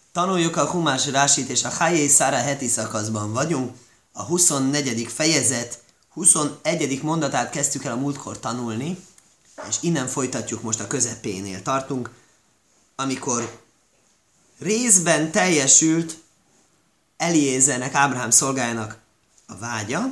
Tanuljuk a Humás Rásit, és a Hájé Szára heti szakaszban vagyunk. A 24. fejezet 21. mondatát kezdtük el a múltkor tanulni, és innen folytatjuk, most a közepénél tartunk, amikor részben teljesült Eliézernek, Ábrahám szolgájának a vágya,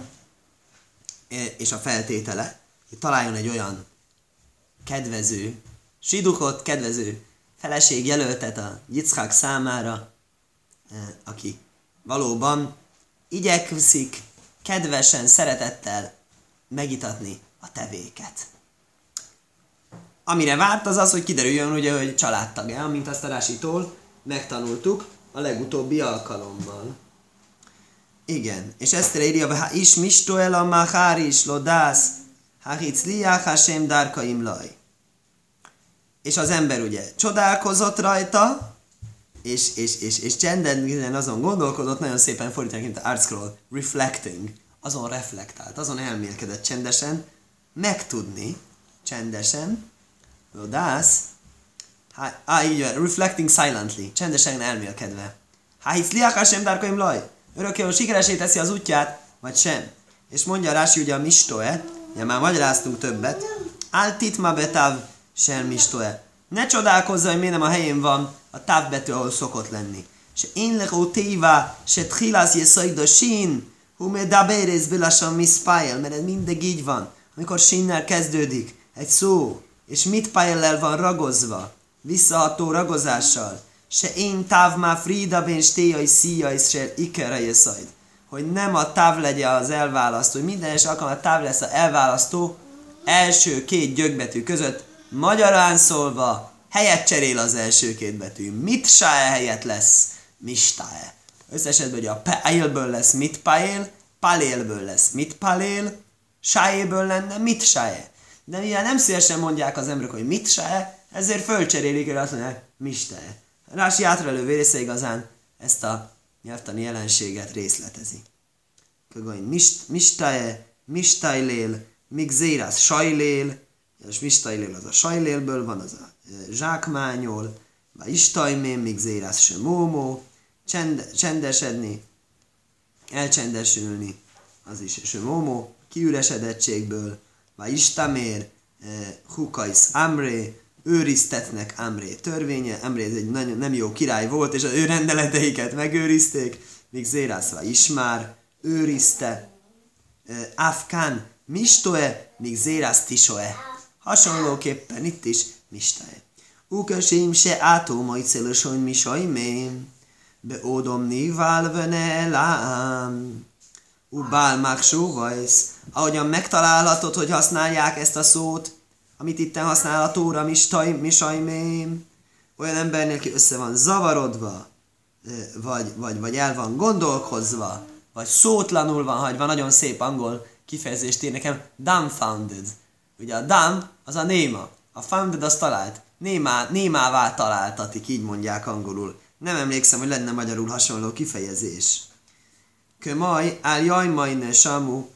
és a feltétele, hogy találjon egy olyan kedvező sidukot, kedvező feleségjelöltet a Yitzchak számára, aki valóban igyekszik kedvesen, szeretettel megitatni a tevéket. Amire várt az az, hogy kiderüljön, ugye, hogy családtag-e, amint azt a Rásitól megtanultuk a legutóbbi alkalommal. Igen, és ezt írja, ha is mistoel a machár is lodász, ha hicliach hasem dárkaim laj. És az ember ugye csodálkozott rajta, és csendben azon gondolkodott, nagyon szépen fordítani, mint Art Scroll, reflecting, azon reflektált, azon elmélkedett csendesen, megtudni csendesen, lodász, így van, reflecting silently, csendesen elmélkedve. Ha hiszliach hasem dárkaim laj, örökkévaló sikeresé teszi az útját, vagy sem. És mondja Rási ugye a mistoe, ugye már magyaráztunk többet, áltit ma betav sem mistoe. Ne csodálkozza, hogy miért nem a helyén van a távbetű, ahol szokott lenni. Se én lechó tévá, se tchilász jeszajda sín, hú me daberez bilasan miszpájel, mert ez mindig így van. Amikor sínnel kezdődik egy szó, és mit pályellel van ragozva, visszaható ragozással, se én táv má frida ben stéjai szíjai se ikere jeszajd. Hogy nem a táv legyen az elválasztó, hogy minden es alkalommal a táv lesz az elválasztó első két gyökbetű között, magyarán szólva helyet cserél az első két betű. Mitsáe helyett lesz mistáe. Összesetben, hogy a páélből lesz mitpáél, palélből lesz mitpalél, sájéből lenne mitsáe. De mivel nem szívesen mondják az emberek, hogy mitsáe, ezért fölcserélik, és azt mondják, mistáe. Rási átrelő része igazán ezt a nyelvtani jelenséget részletezi. Kögöny mistáe, mistájlél, migzérász sajlél, és mistajlél az a sajlélből van, az a zsákmányol, vagy istajmém, migzérász se mómó, csendesedni, elcsendesülni, az is se mómó, kiüresedettségből, vagy istamér, hukajsz amré, őriztetnek Amré törvénye, Amré ez egy nagyon nem jó király volt, és az ő rendeleteiket megőrizték, míg Zérászva Ismár őrizte, Afkán mistoe, míg Zérász tisoe. Hasonlóképpen itt is mistoe. Ukösém se átómai célosony mi sajmém, beódomni válvene lám. Ubálmák sóvajsz, ahogyan megtalálhatod, hogy használják ezt a szót, amit itten használ a Tóra mi sajmém, olyan embernél, aki össze van zavarodva, vagy el van gondolkozva, vagy szótlanul van hagyva, nagyon szép angol kifejezést ír nekem, dumbfounded. Ugye a dumb az a néma, a founded az talált, némává találtatik, így mondják angolul. Nem emlékszem, hogy lenne magyarul hasonló kifejezés. Kömaj, áll jajmajne samu,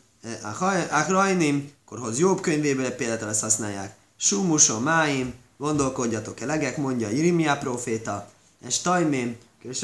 rajnim, korhoz jobb könyvéből például ezt használják. Sumuso máim, gondolkodjatok elegek, mondja Jeremiah próféta, és tajmém,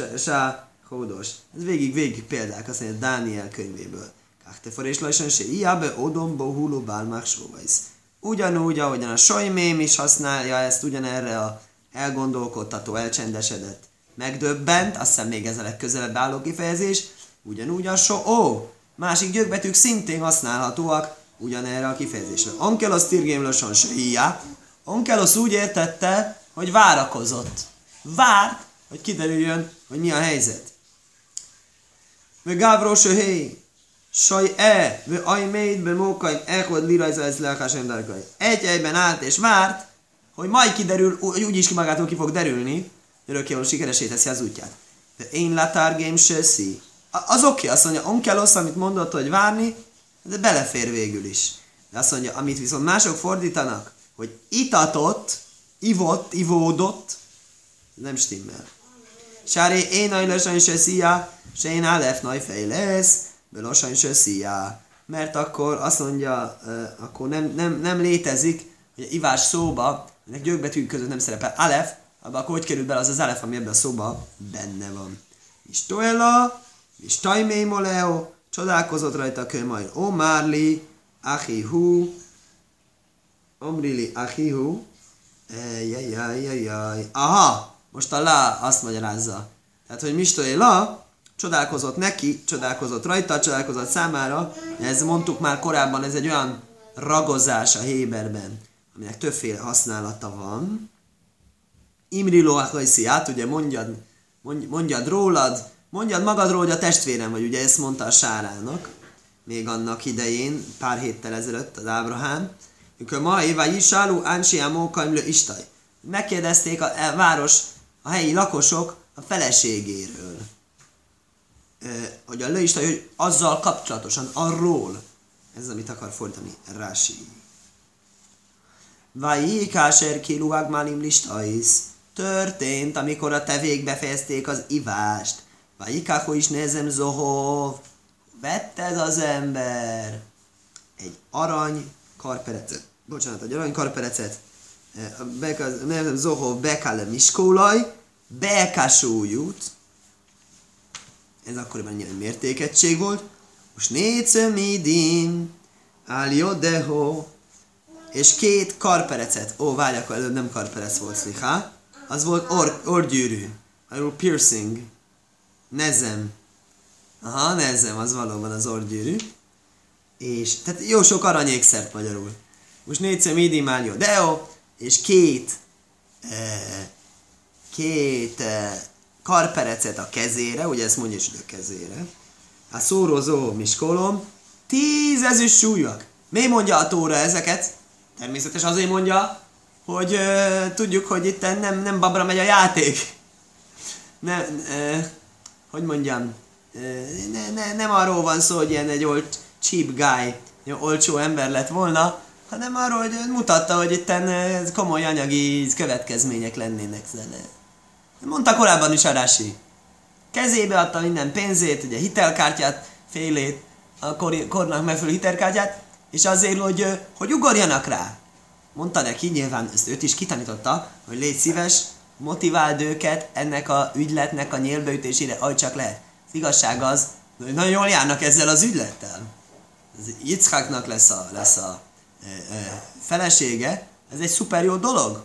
sá hódos. Ez végig példák, azt mondja Dániel könyvéből. Káhtefor és lajsan se iábe odombo hulu bálmák sóvajsz. Ugyanúgy, ahogyan a sajmém is használja ezt, ugyanerre a elgondolkodtató, elcsendesedett, megdöbbent, azt hiszem még ez a legközelebb álló kifejezés, ugyanúgy a so-ó. Másik gyökbetűk szintén használhatóak ugyanerre a kifejezésre. Ankelos tirgémlosan se hiá. Ankelos úgy értette, hogy várakozott. Várt, hogy kiderüljön, hogy mi a helyzet. Ve gávró se hé. Saj ve ajméd be mókaim ekod lirajza ez lelkásem darkai. Egy egyben állt és várt, hogy majd kiderül, hogy úgyis magától ki fog derülni, örökkévaló sikeresé teszi az útját. De én latárgém se szí. Az oké, azt mondja, onkelos, amit mondott, hogy várni, de belefér végül is. De azt mondja, amit viszont mások fordítanak, hogy itatott, ivódott, nem stimmel. Sáré én ajlasan se szíja, se én álef nagy fej lesz, belosan se szíja. Mert akkor azt mondja, akkor nem létezik, hogy ivás szóba, ennek gyökbetűk között nem szerepel alef, abban akkor hogy került bele az az elef, ami ebben a szóban benne van. És Toela, és Tajmé Moleo, csodálkozott rajta a kölymain. O Márli, Achihu, Omrili Achihu, jajjajjajjaj. Aha, most a lá azt magyarázza. Tehát, hogy Mistoéla csodálkozott neki, csodálkozott rajta, csodálkozott számára. Ez mondtuk már korábban, ez egy olyan ragozás a Héberben, aminek többféle használata van. Imri loachajsziát, ugye mondjad rólad, mondjad magadról, hogy a testvérem vagy, ugye ezt mondta a Sárának, még annak idején, pár héttel ezelőtt az Ábrahám, amikor ma éva isálú ánsiámó kaimlő istaj. Megkérdezték a város, a helyi lakosok a feleségéről. Hogy a lőistaj, hogy azzal kapcsolatosan, arról. Ez amit akar fordítani Rási. Vajé káser kiluág málim listais. Történt, amikor a tevék befejezték az ivást. Vajikáho is nézem zohov. Vetted az ember egy arany karperecet. Bocsánat, egy arany karperecet. Nézem zohov bekale miskólaj. Bekásújút. Ez akkoriban nyilván mértékegység volt. Most négyszömidim. Áljodeho. És 2 karperecet. Ó, várj, akkor előbb nem karperec volt, szlichá. Az volt orgyűrű. Arról piercing. Nezem. Aha, nezem, az valóban az orgyűrű. És, tehát jó sok aranyékszert magyarul. Most 4 midim álljó deo, és 2 karperecet a kezére, ugye ezt mondja is, hogy a kezére. A szórózó miskolom, 10 ezüst súlyok. Miért mondja a Tóra ezeket? Természetesen azért mondja, hogy tudjuk, hogy itt nem babra megy a játék. Hogy mondjam, nem arról van szó, hogy ilyen egy cheap guy, olcsó ember lett volna, hanem arról, hogy mutatta, hogy itt komoly anyagi következmények lennének. Mondta korábban is a Rási. Kezébe adta minden pénzét, ugye hitelkártyát, félét, a kornak megfelelő hitelkártyát, és azért, hogy ugorjanak rá. Mondta neki, nyilván ezt őt is kitanította, hogy légy szíves, motiváld őket ennek a ügyletnek a nyélbeütésére, ahogy csak lehet. Az igazság az, hogy nagyon jól járnak ezzel az ügylettel. Yitzchaknak lesz a felesége, ez egy szuper jó dolog.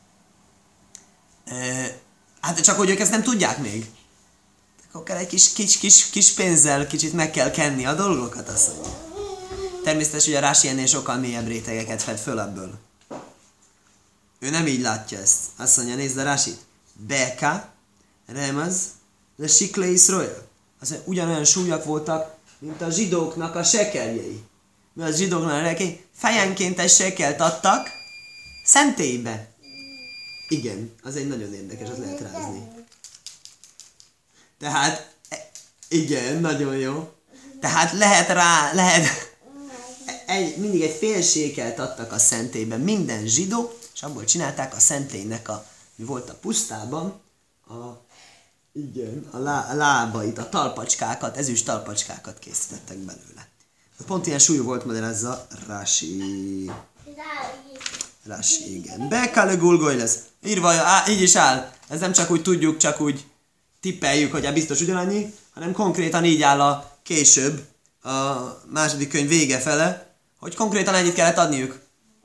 Hát csak hogy ők ezt nem tudják még. Akkor kell egy kis pénzzel kicsit meg kell kenni a dolgokat, azt mondja. Természetesen, hogy a Rási ennél sokkal mélyebb rétegeket fed föl ebből. Ő nem így látja ezt. Azt mondja, nézd a Rásit. Beka, remez, de sikle Iszrael. Azt mondja, ugyanolyan súlyak voltak, mint a zsidóknak a sekeljei. Mi az zsidóknak a sekeljei? Fejenként egy sekelt adtak szentélybe. Igen, az egy nagyon érdekes, az lehet rázni. Tehát, igen, nagyon jó. Tehát mindig egy fél sékelt adtak a szentélyben minden zsidó, és abból csinálták a szentélynek mi volt a pusztában, a lábait, a talpacskákat, ezüst talpacskákat készítettek belőle. Pont ilyen súlyú volt, magyarázza Rási. Rási, igen. Bekale gulgoly lesz. Írva, így is áll. Ez nem csak úgy tudjuk, csak úgy tippeljük, hogy biztos ugyanannyi, hanem konkrétan így áll a később, a második könyv vége fele, hogy konkrétan ennyit kellett adniuk.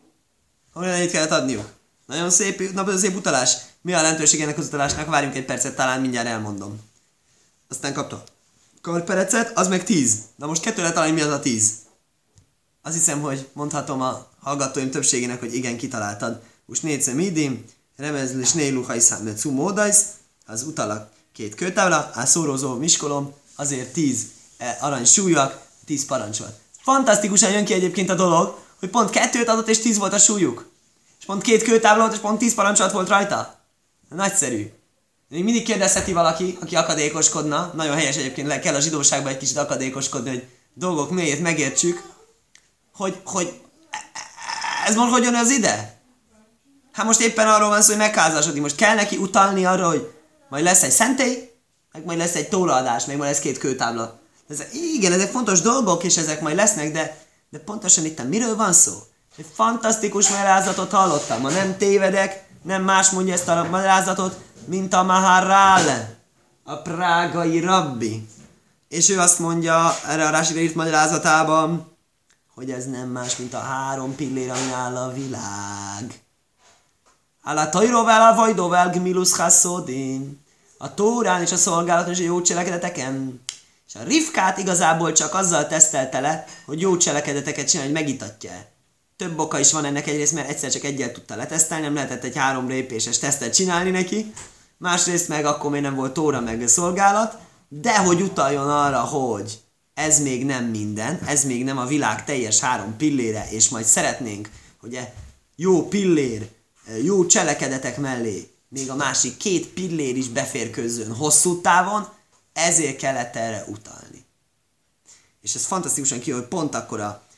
Nagyon szép utalás. Mi a lehetőség ennek az utalásnak? Várjunk egy percet, talán mindjárt elmondom. Aztán kapta karperecet, az meg 10. Na most 2 lehet találni, mi az a 10? Azt hiszem, hogy mondhatom a hallgatóim többségének, hogy igen, kitaláltad. Most 4 midim, remezli és néluha iszám, mert módajsz, az utalak 2 kőtábla, szórózó miskolom, azért 10 arany súlyak, 10 parancsol. Fantasztikusan jön ki egyébként a dolog, hogy pont 2 adott és 10 volt a súlyuk. És pont 2 kőtábla volt, és pont 10 parancsolat volt rajta. Nagyszerű. Még mindig kérdezheti valaki, aki akadékoskodna, nagyon helyes egyébként, kell a zsidóságban egy kicsit akadékoskodni, hogy dolgok mélyét megértsük, hogy ez most hogy jön az ide? Hát most éppen arról van szó, hogy megházasodik. Most kell neki utalni arra, hogy majd lesz egy szentély, meg majd lesz egy tóraadás, meg majd lesz 2 kőtábla. Igen, ezek fontos dolgok, és ezek majd lesznek, de pontosan itt miről van szó? Egy fantasztikus magyarázatot hallottam, ma nem tévedek, Nem más mondja ezt a magyarázatot, mint a Maharál, a prágai rabbi. És ő azt mondja erre a Rásira írt magyarázatában, hogy ez nem más, mint a 3 pillér, ami áll a világ. Áll tajróvel, a vajdóvel, gmilusz hasszódin. A Tórán és a szolgálaton és a jó cselekedeteken. És a Rivkát igazából csak azzal tesztelte le, hogy jó cselekedeteket csinál, hogy megitatja. Több oka is van ennek, egyrészt, mert egyszer csak egyel tudta letesztelni, nem lehetett egy 3 lépéses tesztet csinálni neki. Másrészt meg akkor még nem volt Tóra meg a szolgálat, de hogy utaljon arra, hogy ez még nem minden, ez még nem a világ teljes 3 pillére, és majd szeretnénk, hogy jó pillér, jó cselekedetek mellé még a másik 2 pillér is beférkőzzön hosszú távon, ezért kellett erre utalni. És ez fantasztikusan ki, hogy pont akkor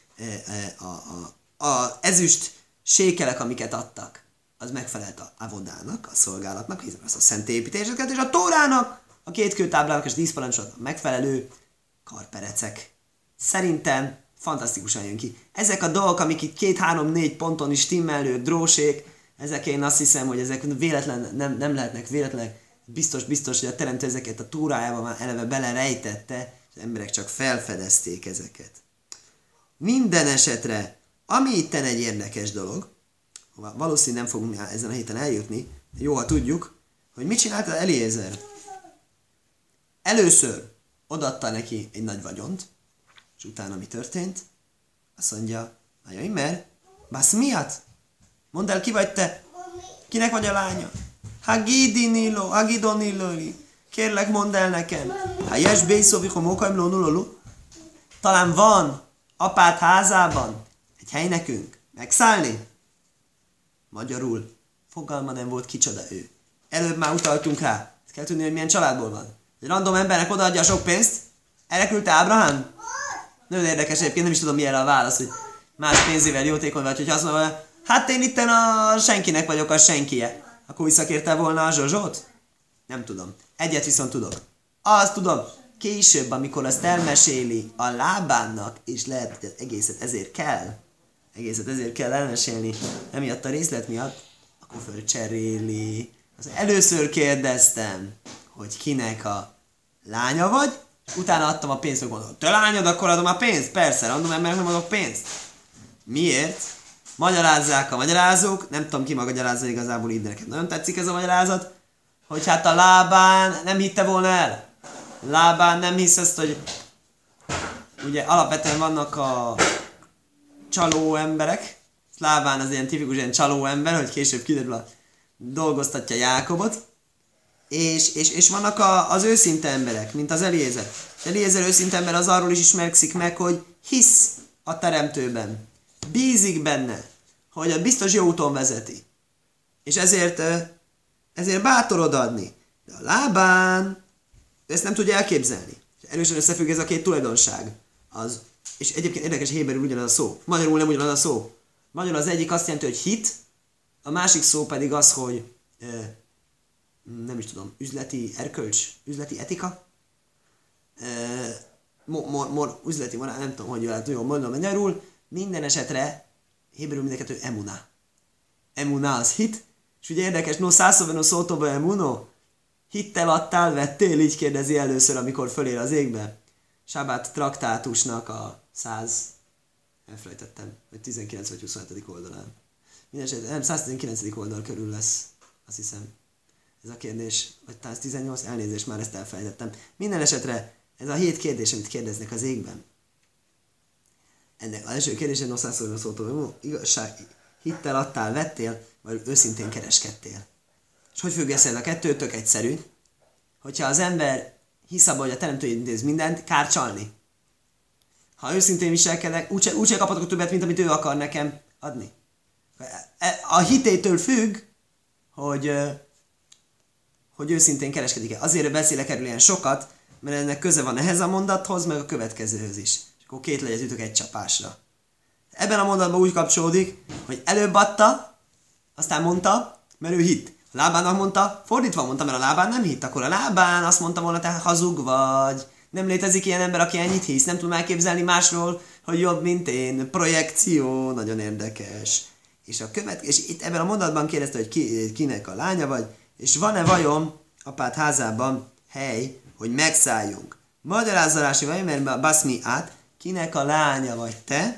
a ezüst sékelek, amiket adtak, az megfelelt a avodának, a szolgálatnak, hiszen az a szentélyépítéseket, és a Tórának, a 2 kőtáblának és 10 parancsolatok megfelelő karperecek. Szerintem fantasztikusan jön ki. Ezek a dolgok, amik itt 2, 3, 4 ponton is stimmellő drósék, ezek én azt hiszem, hogy ezek véletlen, nem lehetnek véletlenek. Biztos, hogy a teremtő ezeket a Tórájában már eleve belerejtette, és az emberek csak felfedezték ezeket. Minden esetre, ami itten egy érdekes dolog, valószínűleg nem fogunk ezen a héten eljutni, de jó, ha tudjuk, hogy mit csinálta Eliezer. Először odaadta neki egy nagy vagyont, és utána mi történt? Azt mondja, nagyon mert, bász miatt? Mondd el, ki vagy te? Kinek vagy a lánya? Hagidoniloli. Kérlek, mondd el nekem. Ha jes bészóviko mókaim lónulolu. Talán van apád házában egy hely nekünk megszállni? Magyarul fogalma nem volt, kicsoda ő. Előbb már utaltunk rá. Ezt kell tudni, hogy milyen családból van. Egy random embernek odaadja a sok pénzt. Erre küldte Ábrahám? Nagyon érdekes egyébként, nem is tudom milyen a válasz, hogy más pénzével jótékony vagy, hogy azt mondja, hát én itten a senkinek vagyok a senkie. Akkor visszakérte volna a Zsozsót? Nem tudom. Egyet viszont tudok. Azt tudom, később, amikor azt elmeséli a Lábánnak, és lehet, hogy egészet ezért kell elmesélni, emiatt a részlet miatt, akkor fölcseréli. Először kérdeztem, hogy kinek a lánya vagy, utána adtam a pénzt, hogy gondolom, te lányod, akkor adom a pénzt? Persze, random embernek nem adok pénzt. Miért? Magyarázzák a magyarázók, nem tudom ki magyarázza igazából, így nekem nagyon tetszik ez a magyarázat, hogy hát a Lábán nem hitte volna el. Lábán nem hisz ezt, hogy ugye alapvetően vannak a csaló emberek, Lábán az ilyen tipikus ilyen csaló ember, hogy később kiderül, dolgoztatja Jákobot, és vannak az őszinte emberek, mint az Eliezer. Eliezer őszinte ember az arról is ismerkszik meg, hogy hisz a teremtőben. Bízik benne, hogy a biztos jó úton vezeti. És ezért bátor odaadni. De a Lábán ezt nem tudja elképzelni. Erősen összefügg ez a 2 tulajdonság. És egyébként érdekes, héberül ugyanaz a szó. Magyarul nem ugyanaz a szó. Magyarul az egyik azt jelenti, hogy hit, a másik szó pedig az, hogy nem is tudom, üzleti erkölcs, üzleti etika, üzleti morál, nem tudom, hogy jól mondom magyarul, minden esetre héberül mindenkettő emuná. Emuná az hit, és ugye érdekes, no szászóven, no szótóba emuno, hittel adtál, vettél, így kérdezi először, amikor fölér az égbe. Sábát traktátusnak a elfelejtettem, hogy 19 vagy 27. oldalán. Mindenesetre, nem, 119. oldal körül lesz, azt hiszem. Ez a kérdés, vagy talán 18, elnézést, már ezt elfelejtettem. Minden esetre ez a 7 kérdés, amit kérdeznek az égben. Ennek az első kérdésen noszászolni szóltól, igazság, hittel adtál, vettél, vagy őszintén kereskedtél. És hogy függ össze ez a kettő? Tök egyszerű. Hogyha az ember hisz abban, hogy a teremtő intéz mindent, kár csalni. Ha őszintén viselkedek, úgyse kaphatok többet, mint amit ő akar nekem adni. A hitétől függ, hogy őszintén kereskedik-e. Azért beszélek erről ilyen sokat, mert ennek köze van ehhez a mondathoz, meg a következőhöz is. És akkor 2 legyet ütök egy csapásra. Ebben a mondatban úgy kapcsolódik, hogy előbb adta, aztán mondta, mert ő hitt. A Lábánnak mondta, fordítva mondta, mert a Lábán nem hitt. Akkor a Lábán azt mondta volna, te hazug vagy. Nem létezik ilyen ember, aki ennyit hisz. Nem tudom elképzelni másról, hogy jobb, mint én. Projekció, nagyon érdekes. És itt ebben a mondatban kérdezte, hogy kinek a lánya vagy, és van-e vajon apád házában hely, hogy megszálljunk. Magyarázza Rási, mert baszmi át, kinek a lánya vagy te,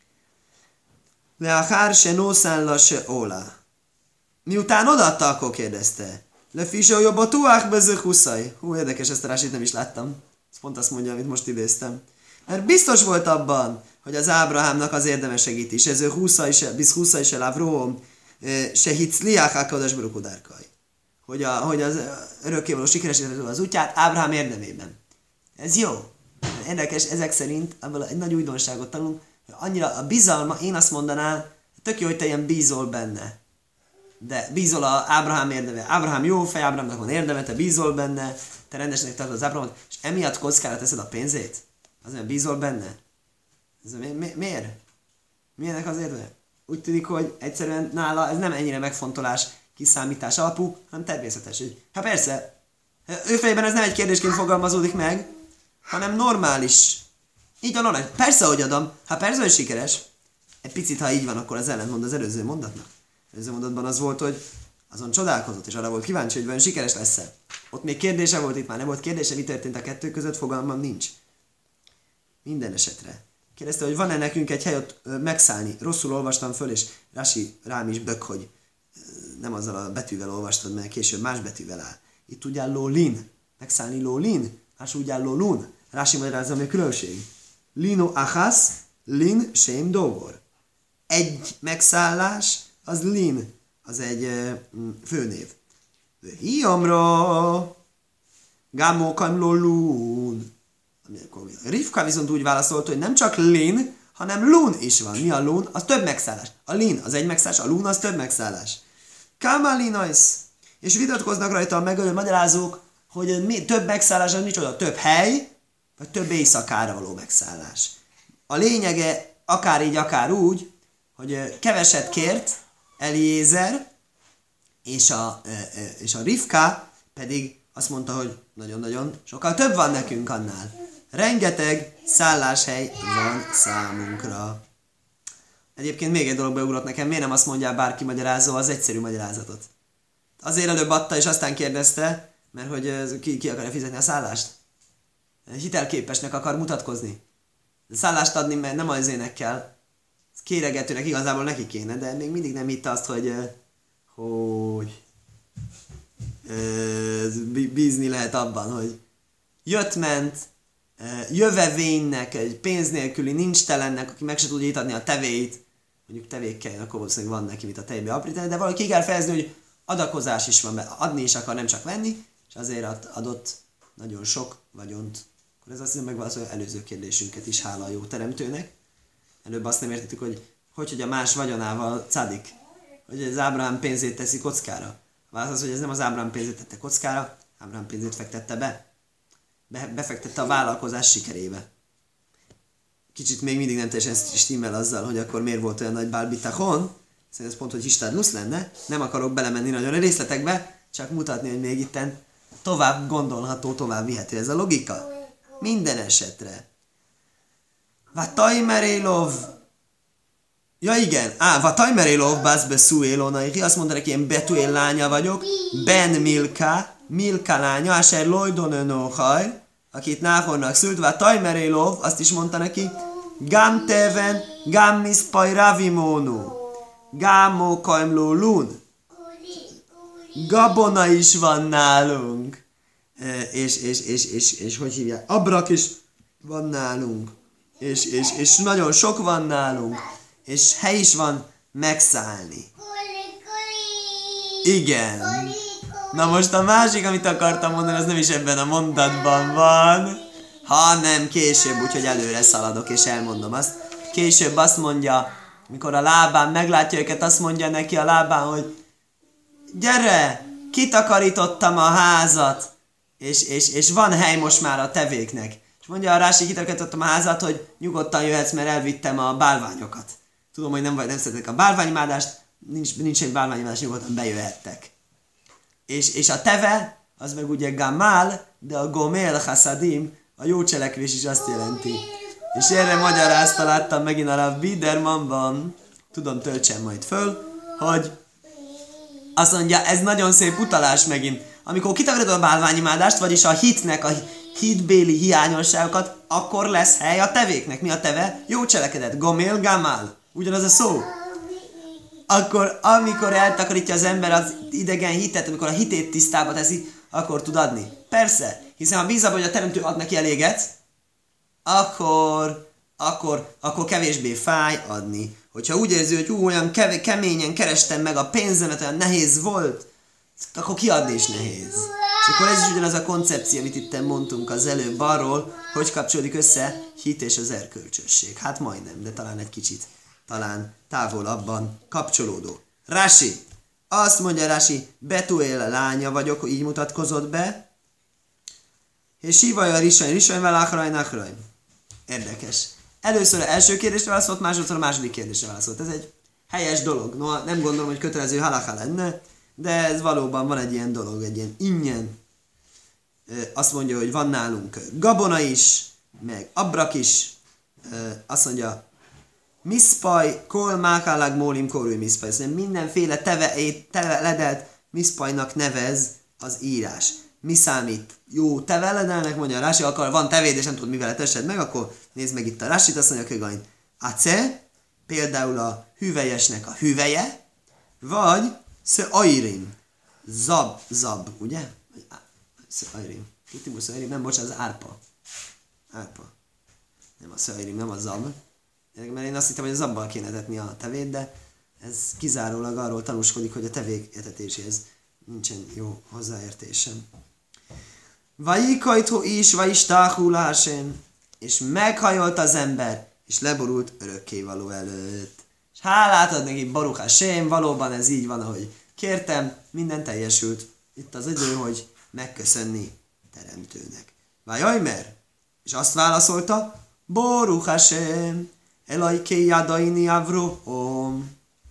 le a hárse nószánla se óla. Miután odaadta, akkor kérdezte. Le fisó jobb a tuák bező huszaj. Hú, érdekes, ezt a Rásit nem is láttam. Ez pont azt mondja, amit most idéztem. Mert biztos volt abban, hogy az Ábrahámnak az érdeme segít is. Ez ő huszaj se lávróm, se hitzliák ákadas brukudárkaj. Hogy az örökkévaló sikeresített az útját Ábrahám érdemében. Ez jó. Érdekes, ezek szerint ebből egy nagy újdonságot tanulunk, hogy annyira a bizalma, én azt mondanám, tök jó, hogy te ilyen bízol benne. De bízol a Ábrahám érdeme. Ábrahám jó fej, Ábrahámnak van érdeme, te bízol benne, te rendesnek tartod az Ábrahámot, és emiatt kockára teszed a pénzét? Azért bízol benne? Miért? Milyenek az érdeme? Úgy tűnik, hogy egyszerűen nála ez nem ennyire megfontolás, kiszámítás alapú, hanem természetes. Hát persze, ő fejében ez nem egy kérdésként fogalmazódik meg, hanem normális. Így van, normális. Persze, hogy adom. Hát persze, hogy sikeres. Egy picit, ha így van, akkor az ellentmond az előző mondatnak. Az előző mondatban az volt, hogy azon csodálkozott, és arra volt kíváncsi, hogy vajon sikeres lesz-e. Ott még kérdése volt, itt már nem volt kérdése, mi történt a kettő között, fogalmam nincs. Minden esetre. Kérdezte, hogy van-e nekünk egy hely ott megszállni. Rosszul olvastam föl, és Rási rám is bök, hogy nem azzal a betűvel olvastad, mert később más betűvel áll. Itt úgy áll lólin. Megszállni lólin, más úgy áll lólun. Rási magyarázza, mi a különbség. Lino achas, lin sém dovor. Egy megszállás, az lin, az egy főnév. Hiamra, gámókam lólun. Rivka viszont úgy válaszolt, hogy nem csak lin, hanem lun is van. Mi a lun? Az több megszállás. A lin az egy megszállás, a lun az több megszállás. Kamalinois. És vitatkoznak rajta a megölő magyarázók, hogy több megszállás az micsoda? Több hely, vagy több éjszakára való megszállás. A lényege akár így, akár úgy, hogy keveset kért Eliézer, és a Rivka pedig azt mondta, hogy nagyon-nagyon sokkal több van nekünk annál. Rengeteg szálláshely van számunkra. Egyébként még egy dolog beugrott nekem, miért nem azt mondja bárki magyarázó az egyszerű magyarázatot? Azért előbb adta, és aztán kérdezte, mert hogy ki akarja fizetni a szállást. Hitelképesnek akar mutatkozni. Szállást adni, mert nem az énekkel. Kéregetőnek igazából neki kéne, de még mindig nem hitte azt, hogy bízni lehet abban, hogy jött-ment, jövevénynek, egy pénz nélküli, nincs telennek, aki meg se tudja itt adni a tevéit, mondjuk tevékkel, akkor valószínűleg van neki mit a tejbe aprítani, de valahogy ki kell fejezni, hogy adakozás is van, adni is akar, nem csak venni, és azért adott nagyon sok vagyont. Akkor ez azt hiszem megválaszolja előző kérdésünket is, hála a jó teremtőnek. Előbb azt nem értettük, hogy a más vagyonával cadik, hogy az Ábrahám pénzét teszi kockára. A válasz az, hogy ez nem az Ábrahám pénzét tette kockára, Ábrahám pénzét fektette be. Befektette a vállalkozás sikerébe. Kicsit még mindig nem teljesen stimmel azzal, hogy akkor miért volt olyan nagy bálbitachon. Szerintem ez pont, hogy Istádlusz lenne. Nem akarok belemenni nagyon a részletekbe, csak mutatni, hogy még itten tovább gondolható, tovább vihető ez a logika. Minden esetre. Vatajmerélov. Ja igen, Vatajmerélov bászbe szúélónai. Azt mondta neki, én Betuél lánya vagyok. Ben Milka lánya, Asher Lojdon önóhaj, akit Náhornak szült, Vatajmerélov, azt is mondta neki, Gám teven, gám miszpaj ravimónu, gámó kajmló lun. Gabona is van nálunk. És hogy hívják? Abrak is van nálunk. És nagyon sok van nálunk. És hely is van megszállni. Igen. Na most a másik, amit akartam mondani, az nem is ebben a mondatban van, hanem később, úgyhogy előre szaladok és elmondom azt. Később azt mondja, mikor a lábán meglátja őket, azt mondja neki a lábán, hogy gyere, kitakarítottam a házat, és van hely most már a tevéknek. És mondja a Rási, kitakarítottam a házat, hogy nyugodtan jöhetsz, mert elvittem a bálványokat. Tudom, hogy nem szeretek a bálványimádást, nincs egy bálványimádás, nyugodtan bejöhettek. És a teve, az meg ugye gamál, de a gomel hasadim, a jó cselekvés is azt jelenti. És erre magyarázta, láttam megint a Rav Bidermanban, tudom, töltsem majd föl, hogy azt mondja, ez nagyon szép utalás megint. Amikor kitakarod a bálványimádást, vagyis a hitnek a hitbéli hiányosságokat, akkor lesz hely a tevéknek. Mi a teve? Jó cselekedet. Gomél, gamál. Ugyanaz a szó. Akkor, amikor eltakarítja az ember az idegen hitet, amikor a hitét tisztába teszi, akkor tud adni. Persze, hiszen ha bízza, hogy a teremtő ad neki eléget, akkor kevésbé fáj adni. Hogyha úgy érzi, hogy olyan keményen kerestem meg a pénzemet, olyan nehéz volt, akkor kiadni is nehéz. És akkor ez is ugyanaz a koncepció, amit itt mondtunk az előbb arról, hogy kapcsolódik össze hit és az erkölcsösség. Hát majdnem, de talán egy kicsit, talán távolabban kapcsolódó. Rási. Azt mondja Rási, Betuél lánya vagyok, így mutatkozott be. És sívaja risany velachraj nachraj. Érdekes. Először az első kérdésre válaszolt, másodszor a második kérdésre válaszolt. Ez egy helyes dolog. No, nem gondolom, hogy kötelező halakha lenne, de ez valóban van egy ilyen dolog, egy ilyen ingyen. Azt mondja, hogy van nálunk gabona is, meg abrak is. Azt mondja, miszpaj, kol mákálag mólim korúj miszpaj. Szóval mindenféle teve ledelt miszpajnak nevez az írás. Mi számít jó teveledelnek, mondja a Rási, akkor van tevéd, és nem tudod, mivel tested meg, akkor nézd meg itt a Rásit, azt mondja, Kögain. Ace, például a hüvelyesnek a hüveje, vagy szöairim, zab, ugye? Szöairim. Kitibus szöairim, nem, bocsánat, az árpa. Nem a szöairim, nem a zab. Mert én azt hittem, hogy a zabbal kéne etetni a tevét, de ez kizárólag arról tanúskodik, hogy a tevék etetéséhez nincsen jó hozzáértésem. Vajikajtó is, vajistáhulásén, és meghajolt az ember, és leborult örökkévaló előtt. És hálát ad neki, Baruch Hashem, valóban ez így van, ahogy kértem, minden teljesült. Itt az idő, hogy megköszönni teremtőnek. Vajajmer, és azt válaszolta, Baruch Hashem, elajké jadaini avrohom.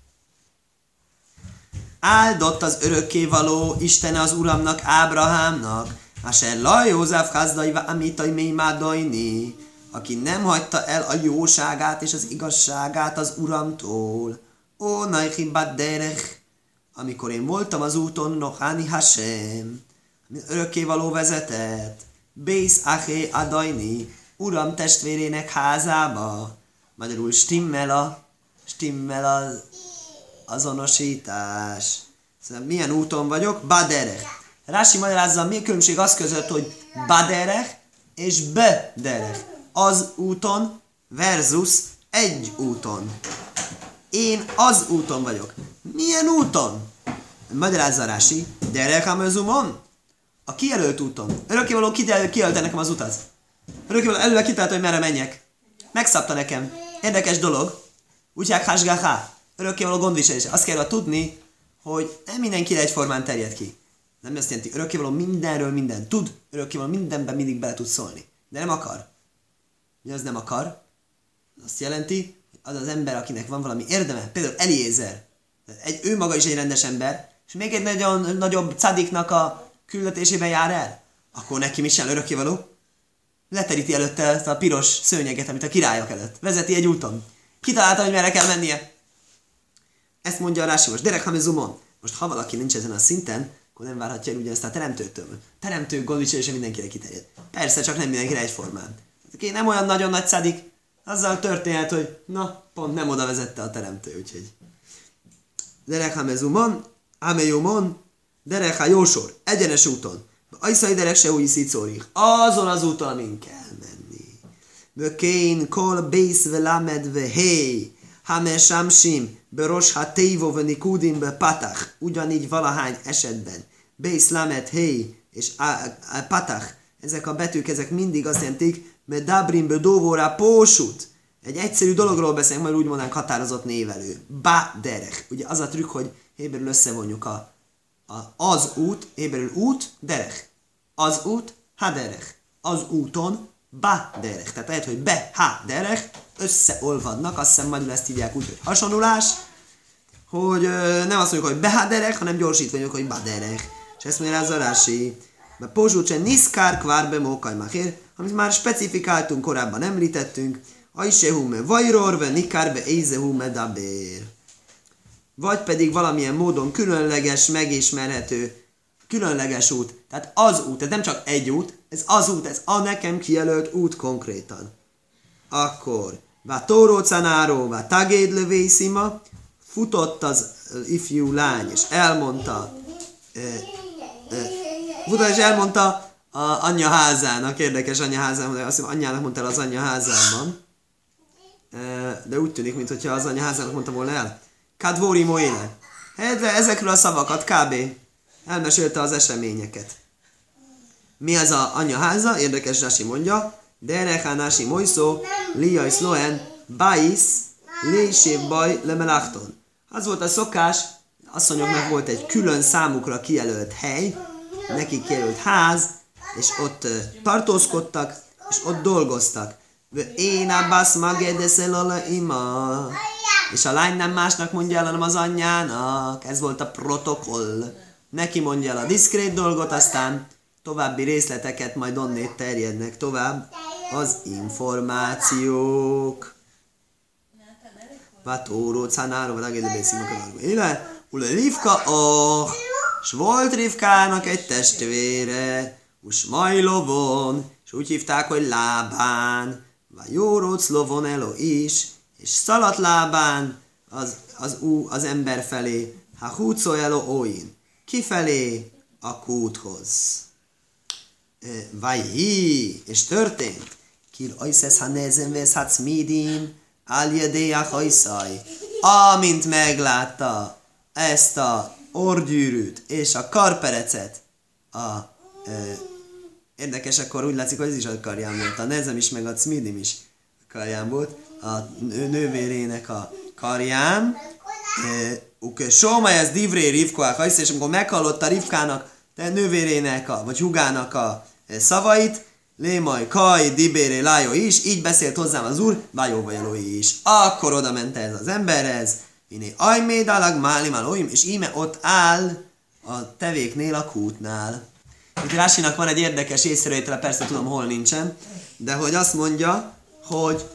Áldott az örökkévaló Isten az Uramnak, Ábrahámnak, Asher la József Hazdaiva Amitai Mémádajni, aki nem hagyta el a jóságát és az igazságát az Uramtól. Ó, Naichi Badderech, amikor én voltam az úton, Nohani Hashem, örökkévaló vezetett, Bész Aché Adajni, Uram testvérének házába. Magyarul stimmel az azonosítás. Szóval milyen úton vagyok? Baderech. Rási magyarázza, mi a különbség az között, hogy baderech és bederech. Az úton versus egy úton. Én az úton vagyok. Milyen úton? Magyarázza Rási, derech amözumon. A kijelölt úton. Örökkévaló kijelölte nekem az utat. Örökkévaló előre kitalálta, hogy merre menjek. Megszabta nekem. Érdekes dolog. Úgyhogy hashgacha. Örökkévaló gondviselése. Azt kell tudni, hogy nem mindenkire egyformán terjed ki. Nem azt jelenti, örökkévaló mindenről mindent tud, örökkévaló mindenben mindig bele tud szólni. De nem akar. Mi az nem akar? Azt jelenti, hogy az az ember, akinek van valami érdeme, például Eliézer. Ő maga is egy rendes ember, és még egy nagyon nagyobb cadiknak a küldetésében jár el, akkor neki mi sem örökkévaló. Leteríti előtte ezt a piros szőnyeget, amit a királyok előtt. Vezeti egy úton. Kitalálta, hogy merre kell mennie. Ezt mondja a Rási most. Derek hamezumon. Most ha valaki nincs ezen a szinten, akkor nem várhatja el ugyanezt a teremtőtől. Teremtő gondviselése mindenkire kiterjed. Persze, csak nem mindenkire egyformán. Aki nem olyan nagyon nagy szadik, azzal történhet, hogy na, pont nem oda vezette a teremtő, úgyhogy. Derek hamezumon, amejumon, derek ha jósor, egyenes úton. Ajszai derek se új szicórik. Azon az úton, amin kell menni. Vökén kol bész velamed vehé. Hamesamsim beros hatévo venikudim be patach. Ugyanígy valahány esetben. Bész lamed hé és patach. Ezek a betűk, ezek mindig azt jelentik, mert dabrim be dóvóra pósut. Egy egyszerű dologról beszélünk, majd úgy mondanánk határozott névelő. Ba derech. Ugye az a trükk, hogy héberül összevonjuk az út, héberül út, derech. Az út, ha derech. Az úton, ba derech. Tehát lehet, hogy be, ha derech, összeolvadnak, azt hiszem magyarul ezt hívják úgy, hogy hasonlulás, hogy nem azt mondjuk, hogy be, ha derech, hanem gyorsítva mondjuk, hogy ba derech. És ezt mondja az Rási. Mert pozsúcsen niszkár kvárbe mókaj machér, amit már specifikáltunk, korábban említettünk, Aisehúme vajrorve, nikárbe ézehúme dabér. vagy pedig valamilyen módon különleges, megismerhető, különleges út. Tehát az út, ez nem csak egy út, ez az út, ez a nekem kijelölt út konkrétan. Akkor, vá tóró canáró, vá tagéd lövészima, futott az ifjú lány, és elmondta, a anyja házának, érdekes anyja házában, azt hiszem anyjának mondta el az anyja házában, de úgy tűnik, mintha az anyja házának mondta volna el. Kadvóri moéle. Ezekről a szavakat kb. Elmesélte az eseményeket. Mi az a anyja háza? Érdekes Rasi mondja. Derechanási mojszó, liai szloen, bájsz, lésév baj, lemelachton. Az volt a szokás, asszonyoknak volt egy külön számukra kijelölt hely, nekik kijelölt ház, és ott tartózkodtak, és ott dolgoztak. Én abbas magedeszel ima. És a lány nem másnak mondja el, hanem az anyjának. Ez volt a protokoll. Neki mondja el a diszkrét dolgot, aztán további részleteket majd onnét terjednek tovább az információk. Vatóró, canáról, vagy agédebe szímokat. Éle, ule Rivka, s volt Rivkának egy testvére, Usmajlovon, és úgy hívták, hogy Lábán, vagy Jóróc lovon elo is, és szaladt Lábán az ember felé, ha húcó elo óin, kifelé a kúthoz. Vajhi, és történt, kir ajszesz ha nezen vesz hát szmídim, áljedéjach ajszaj, amint meglátta ezt a orgyűrűt és a karperecet, érdekes, akkor úgy látszik, hogy ez is a karján volt, a nezem is, meg a cmidim is a karján volt, a nővérének a karján, Sómai ez divré Rivkoák, és amikor meghallotta Rivkának, nővérének, vagy húgának a szavait, Lémaj, Kaj, Dibéré, Lájó is, így beszélt hozzám az úr, Vájó Vajalói is. Akkor oda ment ez az emberhez, Iné ajmédalag málimálóim, és íme ott áll a tevéknél, a kútnál. Itt Rásinak van egy érdekes észrevétele, persze tudom, hol nincsen, de hogy azt mondja, hogy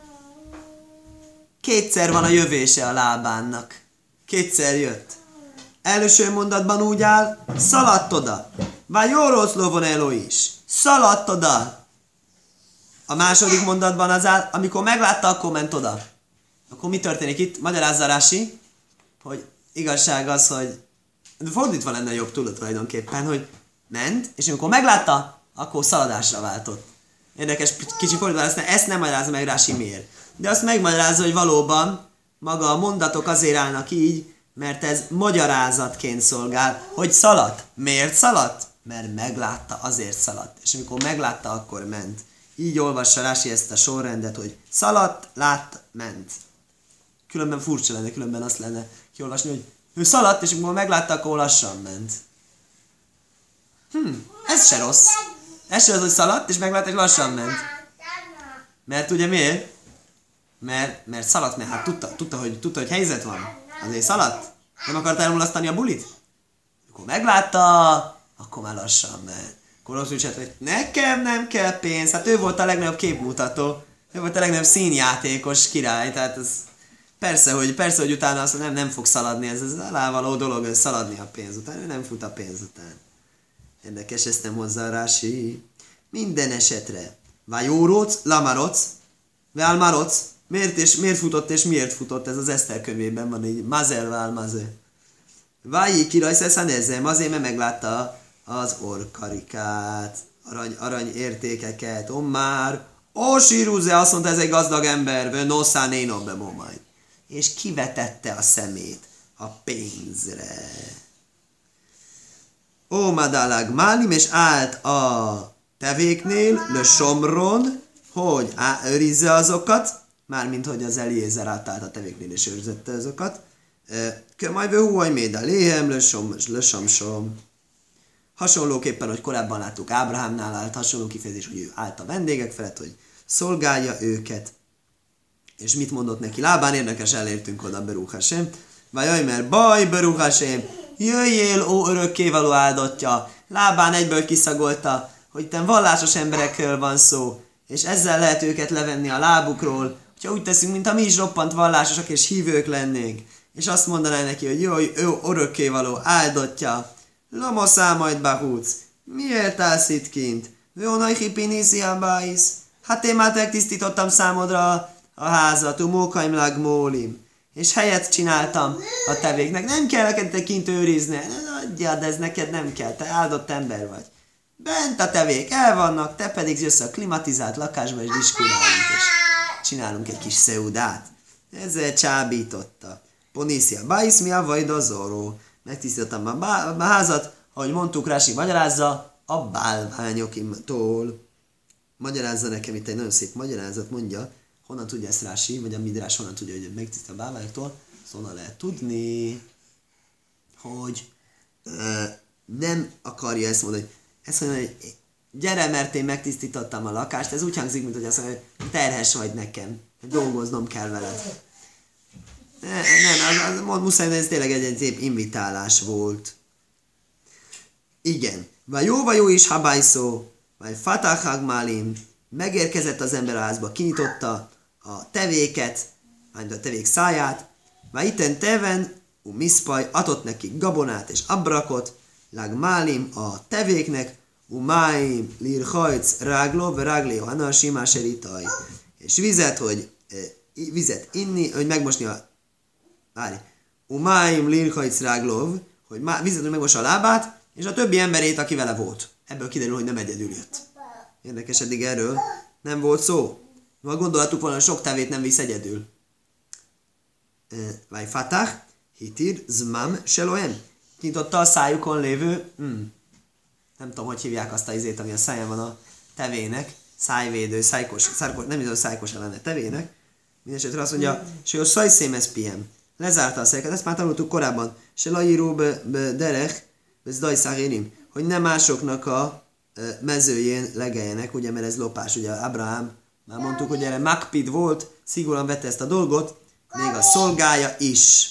kétszer van a jövése a Lábánnak. Kétszer jött. Első mondatban úgy áll, szaladt oda. Vár jó rossz lovon eló is. Szaladt oda. A második mondatban az áll, amikor meglátta, akkor ment oda. Akkor mi történik itt? Magyarázza Rási, hogy igazság az, hogy fordítva lenne jobb tulajdonképpen, hogy ment, és amikor meglátta, akkor szaladásra váltott. Érdekes kicsi fordítva, ezt nem magyarázza meg Rási miért. De azt megmagyarázza, hogy valóban maga a mondatok azért állnak így, mert ez magyarázatként szolgál, hogy szaladt. Miért szaladt? Mert meglátta, azért szaladt. És amikor meglátta, akkor ment. Így olvassa Rási ezt a sorrendet, hogy szaladt, lát, ment. Különben furcsa lenne, különben azt lenne kiolvasni, hogy ő szaladt, és amikor meglátta, akkor lassan ment. Ez se rossz. Ez se az, hogy szaladt, és meglátta, és lassan ment. Mert ugye miért? Mert szaladt, mert hát tudta, hogy helyzet van. Azért szaladt. Nem akart elmulasztani a bulit? Akkor meglátta, akkor már lassan ment. Akkor azt úgy hogy nekem nem kell pénz. Hát ő volt a legnagyobb képmutató. Ő volt a legnagyobb színjátékos király. Tehát ez persze, hogy utána azt nem fog szaladni. Ez alávaló dolog, hogy szaladni a pénz után. Ő nem fut a pénz után. Érdekes, ezt nem hozzá Rási. Minden esetre. Vajóróc, lamaroc, válmaroc. Miért futott és miért futott? Ez az Eszter könyvében van így. Mazel vál mazel. Vájj kirajszeszán ezzel, azért mert meglátta az orkarikát, arany értékeket. Ommár, sírúze, azt mondta, ez egy gazdag ember, noszán én abbe majd. És kivetette a szemét a pénzre. Madálag málim, és állt a tevéknél, le somron, hogy őrizze azokat, mármint hogy az Eliézer átállt a tevéknél, és őrzette azokat. Majd húaj méda léhem, lösamsom. Hasonlóképpen, hogy korábban láttuk, Ábrahámnál állt, hasonló kifejezés, hogy ő állt a vendégek felett, hogy szolgálja őket. És mit mondott neki? Lábán, érdekes, elértünk oda, Beruch Hashem. Vagy mert baj, Beruch Hashem, jöjjél, ó örökkévaló áldottja. Lábán egyből kiszagolta, hogy itt vallásos emberekről van szó, és ezzel lehet őket levenni a lábukról, hogyha úgy teszünk, mintha mi is roppant vallásosak és hívők lennénk. és azt mondaná neki, hogy jó, ő örökkévaló áldottja, Lamoszá majd bahúc, miért állsz itt kint? Jónajhi piniszi a bájsz. Hát én már megtisztítottam számodra a házat, umókaimlag mólim. És helyet csináltam a tevéknek. Nem kell neked kint őrizni. Adjad, ez neked nem kell. Te áldott ember vagy. Bent a tevék el vannak, te pedig jössz a klimatizált lakásba, és diskurálunk, és csinálunk egy kis szeudát. Ezzel csábította. Ponícia bájsz mi a vajdazoró. Megtisztítottam a házat, ahogy mondtuk, Rási magyarázza, a bálványokimtól. Magyarázza nekem itt egy nagyon szép magyarázat, mondja, honnan tudja ezt Rási, vagy a Midrás honnan tudja, hogy megtisztít a bálványoktól, szóval lehet tudni, hogy nem akarja ezt mondani, hogy ezt mondja, hogy gyere, mert én megtisztítottam a lakást, ez úgy hangzik, mint hogy azt mondja, hogy terhes vagy nekem, dolgoznom kell veled. Nem, muszáj, ez tényleg egy szép invitálás volt. Igen. Vagy jó is habájszó, vagy fatach málim, megérkezett az ember a házba, kinyitotta a tevéket, a tevék száját, vagy itten teven, miszpaj, adott neki gabonát és abrakot, lag málim a tevéknek, máim lirhajc rágló, ráglé, hana simáseritaj. És vizet inni, hogy megmosni a máim lirhajc rágló, hogy vizet, hogy megmossa a lábát, és a többi emberét, aki vele volt. Ebből kiderül, hogy nem egyedül jött. Érdekes, eddig erről nem volt szó. Ma gondoltuk volna, hogy sok tevét nem visz egyedül. Vagy fatach, hitir, zmam, seloem. Nyitotta a szájukon lévő, nem tudom, hogy hívják azt a izét, ami a száján van a tevének. Szájvédő, szájkos, nem tudom, szájkos ellene tevének. Mindenesetre azt mondja, hogy a szajszémez piem. Lezárta a száját, ezt már tanultuk korábban. Se laíró derech, ez dajszágérim, hogy nem másoknak a mezőjén legeljenek, ugye, mert ez lopás, ugye Abraham, már mondtuk, hogy erre makpid volt, szigorúan vette ezt a dolgot, még a szolgája is.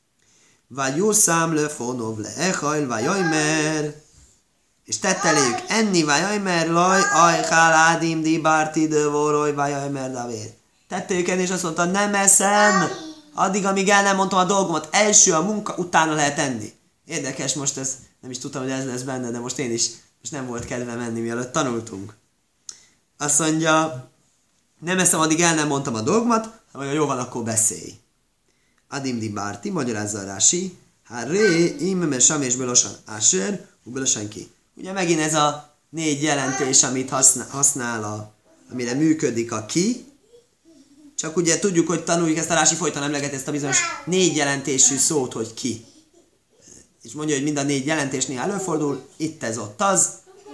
Vagy jó számlő fonov le echajl, vagy ajmer, és tett eléjük enni, vagy ajmer, laj, ajkál, ádim, di, bárti, dövoroj, vagy ajmer, davér. Tett eléjük enni, és azt mondta, nem eszem, addig, amíg el nem mondtam a dolgomat, első a munka, utána lehet enni. Érdekes, most ez, nem is tudtam, hogy ez lesz benne, de most én is, most nem volt kedvem menni, mielőtt tanultunk. Azt mondja, nem eszem, addig el nem mondtam a dolgomat, hanem jó van, akkor beszélj. Adim di bárti, magyarázza a Rási, ré, imeme sam és belosan áser, belosan ki. Ugye megint ez a 4 jelentés, amit használ, amire működik a ki, csak ugye tudjuk, hogy tanuljuk ezt a Rási folyton emleget ezt a bizonyos 4 jelentésű szót, hogy ki. És mondja, hogy mind a 4 jelentésnél előfordul, itt ez, ott az,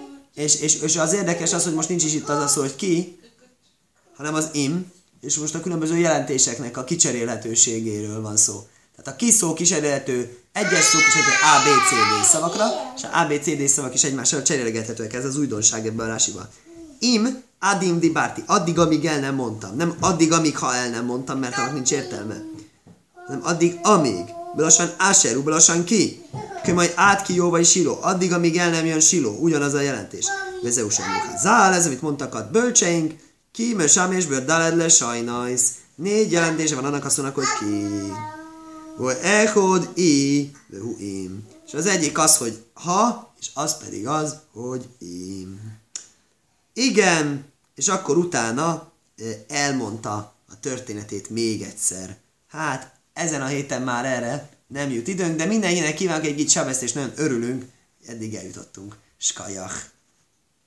és az érdekes az, hogy most nincs is itt az a szó, hogy ki, hanem az im, és most a különböző jelentéseknek a kicserélhetőségéről van szó. Tehát a ki szó kicserélhető, egyes szó kicserélhető A, B, C, D szavakra, és a A, B, C, D szavak is egymással cserélgethetőek, ez az újdonság ebben a Rásiban. Im, adim di bárti, addig, amíg el nem mondtam. Nem addig, amíg ha el nem mondtam, mert annak nincs értelme. Hanem addig, amíg. Belassan áser, belassan ki. Majd át ki jóva is siló. Addig, amíg el nem jön siló. Ugyanaz a jelentés. Vezeusan zál, ez amit mondtak a bölcseink. Ki, mesám és bőrdáled le sajnajsz. 4 jelentése van annak a szónak, hogy ki. Vagy echod i, vehu im. És az egyik az, hogy ha, és az pedig az, hogy im. Igen, és akkor utána elmondta a történetét még egyszer. Hát, ezen a héten már erre nem jut időnk, de mindenkinek kívánok egy kicsit sebeszt, és nagyon örülünk, eddig eljutottunk. Skajach!